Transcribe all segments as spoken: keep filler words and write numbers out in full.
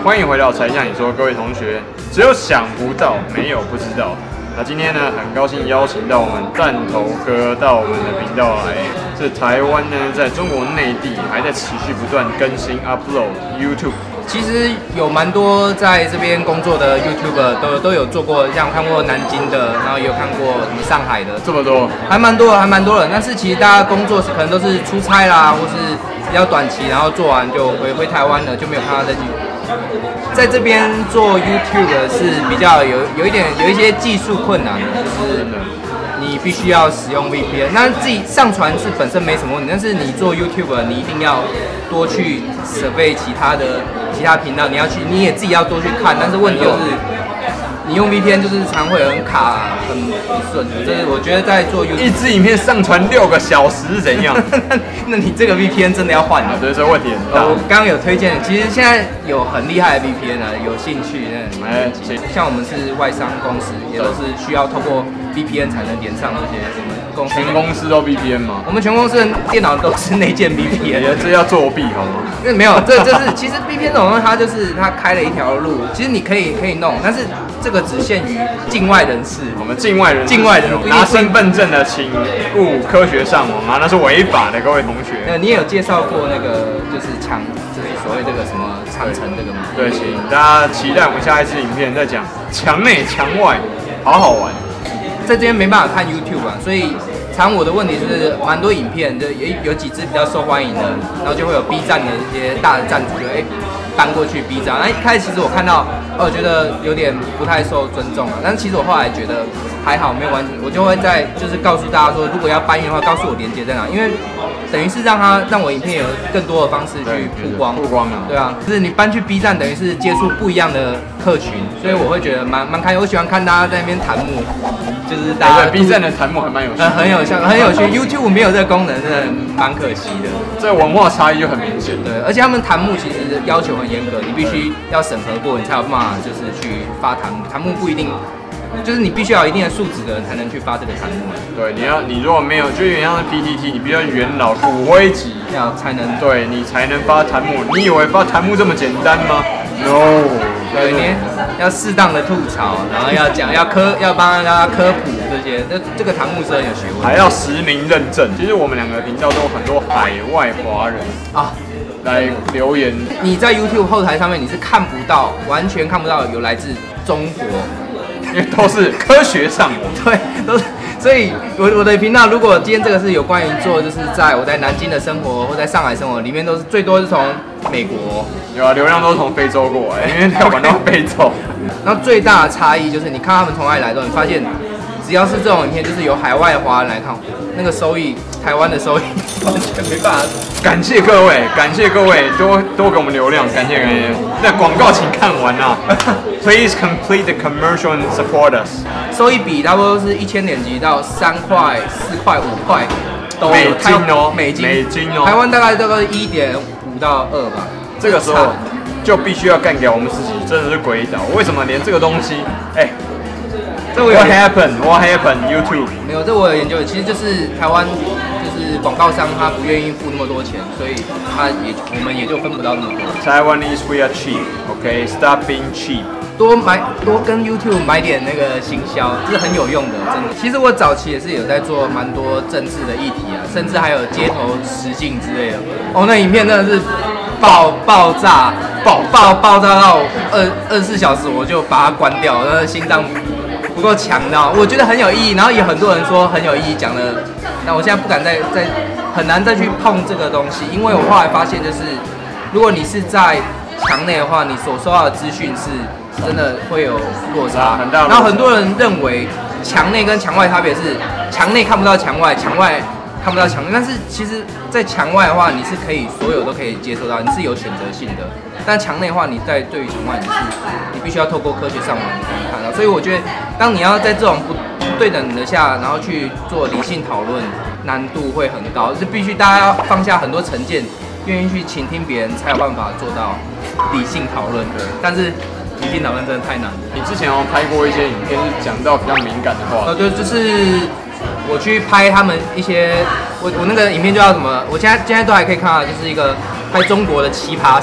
欢迎回到才向你说，各位同学，只有想不到，没有不知道。那今天呢，很高兴邀请到我们弹头哥到我们的频道来。这台湾呢，在中国内地还在持续不断更新 upload YouTube。 其实有蛮多在这边工作的 YouTuber 都都有做过，像看过南京的，然后也有看过什么上海的， 这么多， 还蛮多的，还蛮多的。但是其实大家工作可能都是出差啦，或是比较短期，然后做完就回回台湾了，就没有看到再继续。在这边做 YouTube 是比较有有一点有一些技术困难的，就是你必须要使用 V P N。那自己上传是本身没什么问题，但是你做 YouTube 你一定要多去设备其他的其他频道，你要去你也自己要多去看。但是问题就是你用 V P N 就是常会很卡很不顺，就是我觉得在做 YouTube 一支影片上传六个小时是怎样？ 那你这个 V P N 真的要换了， 对，这问题很大。 我刚刚有推荐，其实现在有很厉害的 V P N 啊，有兴趣那哎，像我们是外商公司，也都是需要透过 V P N 才能连上这些什么公司。 全公司都 V P N 吗？ 我们全公司的电脑都是内建 V P N， 这要作弊好吗？ 因为没有，这这是其实 V P N 这种东西，它就是它开了一条路，其实你可以可以弄，但是这个只限于境外人士。 我们境外人士境外人拿身份证的，请勿科学上网啊，那是违法的，各位同学。 呃，你也有介绍过那个就是墙，就是所谓这个什么长城这个吗？ 对，请大家期待我们下一支影片在讲墙内墙外，好好玩。 在这边没办法看 YouTube 啊，所以常我的问题是蛮多影片，就有有几支比较受欢迎的，然后就会有 B 站的一些大的站主就哎、欸、搬过去 B 站。那一开始其实我看到，哦，我觉得有点不太受尊重啊，但是其实我后来觉得还好，没有完全，我就会在就是告诉大家说，如果要搬运的话，告诉我连接在哪，因为等于是让他让我影片有更多的方式去曝光， 曝光啊， 对啊，就是你搬去 B 站，等于是接触不一样的客群，所以我会觉得蛮蛮开心。我喜欢看大家在那边弹幕。就是大家 B 站的弹幕还蛮有趣， 呃，很有像很有趣。YouTube 没有这个功能，真的蛮可惜的。 这文化差异就很明显。 对，而且他们弹幕其实要求很严格，你必须要审核过，你才有办法就是去发弹幕。弹幕不一定，就是你必须要有一定的素质的人才能去发这个弹幕。 对，你要你如果没有，就有点像是 P T T， 你必须要元老骨灰级， 要才能对你才能发弹幕。你以为发弹幕这么简单吗 ？No。 对，你要适当的吐槽，然后要讲，要科，要帮大家科普这些，这这个弹幕是很有学问， 还要实名认证。其实我们两个频道都有很多海外华人啊来留言。 你在 YouTube 后台上面你是看不到，完全看不到有来自中国， 因为都是科学上的， 对，都是。所以我我的频道，如果今天这个是有关于做，就是在我在南京的生活或在上海生活，里面都是最多是从美国， 有啊，流量都是从非洲过来，因为要管到非洲。 然后最大的差异就是，你看他们从哪里来的，你发现只要是这种影片，就是由海外华人来看，那个收益，台湾的收益完全没办法。 感谢各位，感谢各位多多给我们流量，感谢感谢。那广告请看完啊，Please complete the commercial and support us。收益比差不多是一千点击到三块、四块、五块都有。 美金哦， 美金， 美金哦。 台湾大概大概一点五到二吧。 这个时候就必须要干掉我们自己，真的是鬼岛。为什么连这个东西，哎、欸？这我有 What happened? What happened? YouTube 没有，这我有研究。其实就是台湾，就是广告商他不愿意付那么多钱，所以他也我们也就分不到那么多。 Taiwanese we are cheap, OK? Stop being cheap. 多买多跟 YouTube 买点那个行销，这是很有用的，真的。其实我早期也是有在做蛮多政治的议题啊，甚至还有街头实境之类的。哦，那影片真的是爆爆炸，爆爆爆炸到二二十四小时，我就把它关掉，那心脏不够强的，我觉得很有意义。然后也很多人说很有意义，讲的，那我现在不敢再再很难再去碰这个东西，因为我后来发现就是，如果你是在墙内的话，你所收到的资讯是。真的会有落差， 很大。 然后很多人认为墙内跟墙外差别是墙内看不到墙外，墙外看不到墙内。但是其实，在墙外的话，你是可以所有都可以接收到，你是有选择性的。但墙内的话，你在对于墙外你是你必须要透过科学上网才能看到。所以我觉得，当你要在这种不不对等的下，然后去做理性讨论，难度会很高，是必须大家要放下很多成见，愿意去倾听别人，才有办法做到理性讨论。对，但是。理性讨论真的太难了。 你之前有拍过一些影片，是讲到比较敏感的话。 呃，对，就是我去拍他们一些，我我那个影片就叫什么？我现在现在都还可以看到，就是一个拍中国的奇葩事。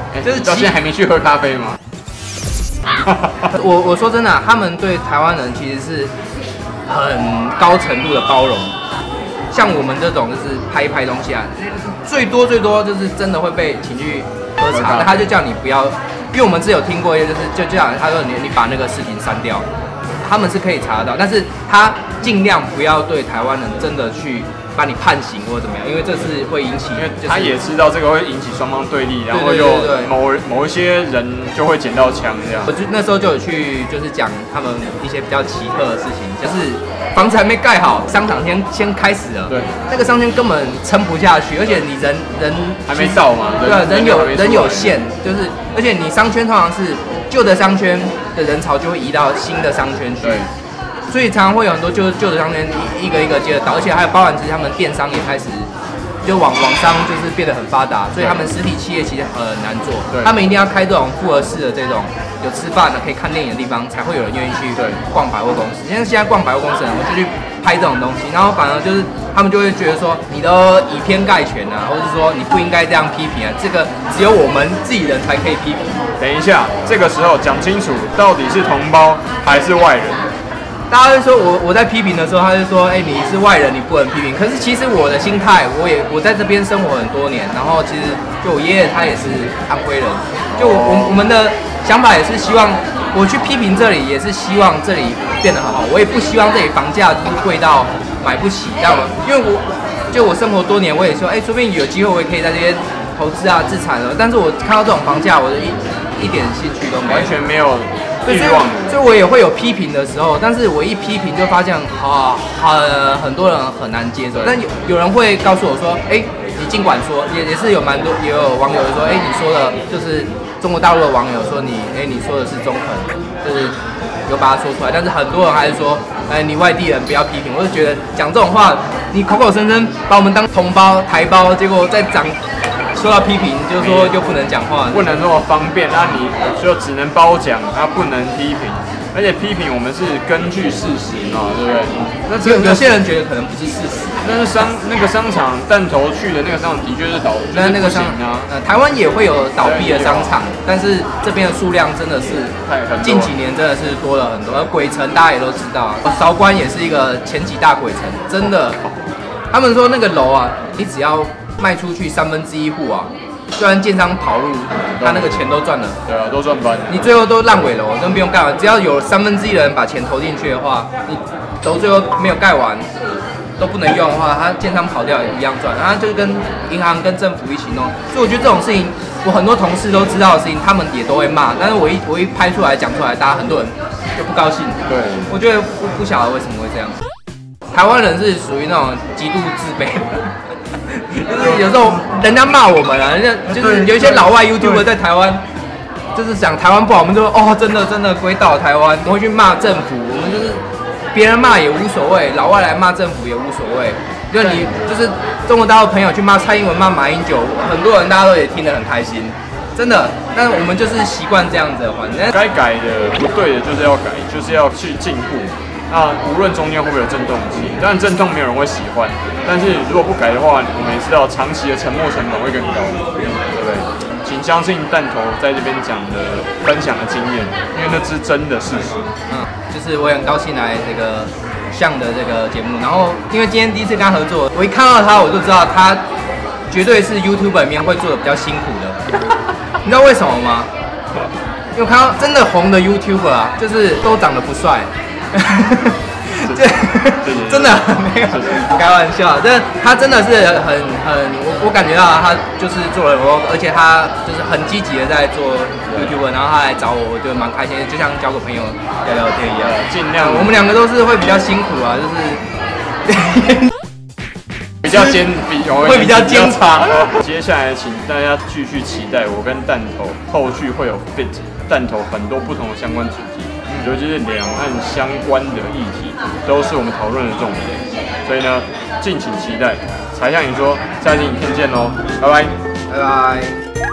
就是到现在还没去喝咖啡吗？ 我我说真的、啊，他们对台湾人其实是很高程度的包容。像我们这种就是拍一拍东西啊，最多最多就是真的会被请去喝茶，那他就叫你不要，因为我们是有听过一个，就是就这样，他说你你把那个视频删掉，他们是可以查得到，但是他尽量不要对台湾人真的去把你判刑或者怎么样，因为这是会引起， 因为他也知道这个会引起双方对立，然后又某某一些人就会捡到枪这样。 我就那时候就有去，就是讲他们一些比较奇特的事情，就是房子还没盖好，商场先先开始了， 对， 那个商圈根本撑不下去，而且你人人还没到嘛， 对啊，人有人有限，就是而且你商圈通常是旧的商圈的人潮就会移到新的商圈去。所以常常会有很多旧旧的商圈一个一个接着倒，而且还有包含其实他们电商也开始就网网商就是变得很发达，所以他们实体企业其实很难做，他们一定要开这种复合式的这种有吃饭的可以看电影的地方，才会有人愿意去逛百货公司。因为现在逛百货公司，我就去拍这种东西，然后反而就是他们就会觉得说你都以偏概全啊，或者说你不应该这样批评啊，这个只有我们自己人才可以批评。 等一下，这个时候讲清楚到底是同胞还是外人。 大家就说我我在批评的时候，他就说，哎、欸，你是外人，你不能批评。可是其实我的心态，我也我在这边生活很多年，然后其实就我爷爷他也是安徽人，就我我我们的想法也是希望我去批评这里，也是希望这里变得很好。我也不希望这里房价就是贵到买不起，这样。因为我就我生活多年，我也说，哎、欸，说不定有机会我也可以在这边投资啊、自产了。但是我看到这种房价，我就一一点兴趣都没有， 完全没有。 所以，所以我也会有批评的时候，但是我一批评就发现，啊，很很多人很难接受。但有有人会告诉我说，哎、欸，你尽管说，也也是有蛮多，也有网友说，哎、欸，你说的就是中国大陆的网友说你，哎、欸，你说的是中肯，就是有把它说出来。但是很多人还是说，哎、欸，你外地人不要批评。我就觉得讲这种话，你口口声声把我们当同胞、台胞，结果再讲。说到批评，就是说又不能讲话， 不能那么方便，那你就只能褒奖，他不能批评，而且批评我们是根据事实嘛，对不对？ 那这有些人觉得可能不是事实， 但是商那个商场弹头去的那个商场的确是倒， 那、就是、那个商啊，呃，台湾也会有倒闭的商场，但是这边的数量真的是近几年真的是多了很多。而鬼城大家也都知道，韶关也是一个前几大鬼城，真的，他们说那个楼啊，你只要卖出去三分之一户啊，虽然建商跑路，他那个钱都赚了。 对啊，都赚翻。 你最后都烂尾楼，真不用盖完。只要有三分之一的人把钱投进去的话，你楼最后没有盖完，都不能用的话，他建商跑掉也一样赚。然后就跟银行跟政府一起弄。所以我觉得这种事情，我很多同事都知道的事情，他们也都会骂。但是我一我一拍出来讲出来，大家很多人就不高兴。 对， 我觉得不不晓得为什么会这样。台湾人是属于那种极度自卑。就是有时候人家骂我们啊，人家就是有一些老外 YouTuber 在台湾，就是讲台湾不好，我们就说哦，真的真的鬼岛台湾，我会去骂政府，我们就是别人骂也无所谓，老外来骂政府也无所谓。就你就是中国大陆朋友去骂蔡英文、骂马英九，很多人大家都也听得很开心，真的。但是我们就是习惯这样子的环境， 该改的不对的就是要改，就是要去进步。那无论中间会不会有震动期，当然震动没有人会喜欢，但是如果不改的话，我们也知道长期的沉没成本会更高，对不对？请相信弹头在这边讲的分享的经验，因为那是真的事实。 嗯，就是我也很高兴来这个像的这个节目，然后因为今天第一次跟他合作，我一看到他我就知道他绝对是 YouTuber 里面会做的比较辛苦的，你知道为什么吗？因为我看到真的红的 YouTuber 啊，就是都长得不帅。这真的没有开玩笑，但他真的是很很，我我感觉到他就是做了，我而且他就是很积极的在做 YouTube， 然后他来找我，我觉得蛮开心的，就像交个朋友聊聊天一样。 尽量， 我们两个都是会比较辛苦啊，就是比较坚，比会比较坚强。 接下来请大家继续期待我跟弹头后续会有 fit 弹头很多不同的相关主题。尤其是两岸相关的议题，都是我们讨论的重点。所以呢，敬请期待。才向你说，下期影片见喽，拜拜， 拜拜。